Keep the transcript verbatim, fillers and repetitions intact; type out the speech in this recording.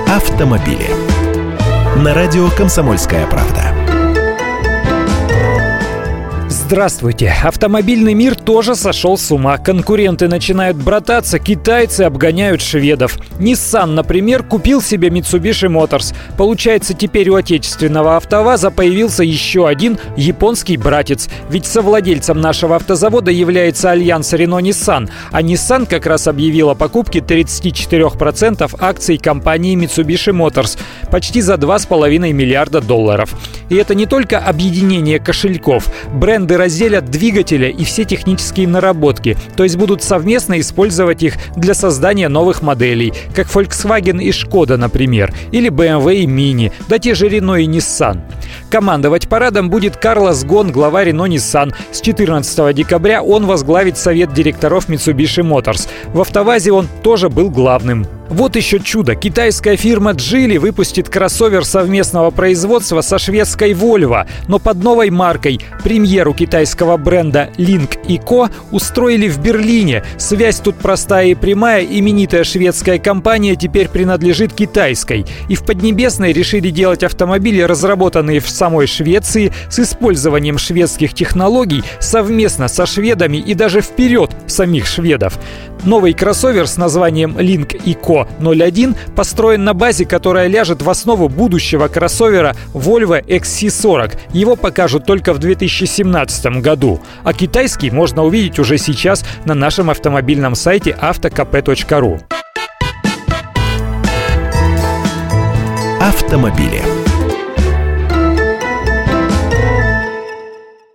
автомобили. На радио «Комсомольская правда». Здравствуйте. Автомобильный мир тоже сошел с ума. Конкуренты начинают брататься, китайцы обгоняют шведов. Nissan, например, купил себе Mitsubishi Motors. Получается, теперь у отечественного АвтоВАЗа появился еще один японский братец. Ведь совладельцем нашего автозавода является альянс Renault-Nissan. А Nissan как раз объявил о покупке тридцать четыре процента акций компании Mitsubishi Motors. Почти за два с половиной миллиарда долларов. И это не только объединение кошельков. Бренды разделят двигателя и все технические наработки, то есть будут совместно использовать их для создания новых моделей, как Volkswagen и Skoda, например, или бэ эм вэ и Mini, да те же Renault и Nissan. Командовать парадом будет Карлос Гон, глава Renault-Nissan. С четырнадцатого декабря он возглавит совет директоров Mitsubishi Motors. В АвтоВАЗе он тоже был главным. Вот еще чудо. Китайская фирма Geely выпустит кроссовер совместного производства со шведской Volvo, но под новой маркой. Премьеру китайского бренда Lynk и Co. устроили в Берлине. Связь тут простая и прямая. Именитая шведская компания теперь принадлежит китайской. И в Поднебесной решили делать автомобили, разработанные в самой Швеции, с использованием шведских технологий, совместно со шведами и даже вперед самих шведов. Новый кроссовер с названием Lynk и Co. ноль один построен на базе, которая ляжет в основу будущего кроссовера Volvo икс си сорок. Его покажут только в две тысячи семнадцатом году. А китайский можно увидеть уже сейчас на нашем автомобильном сайте авто ка пэ точка ру. Автомобили.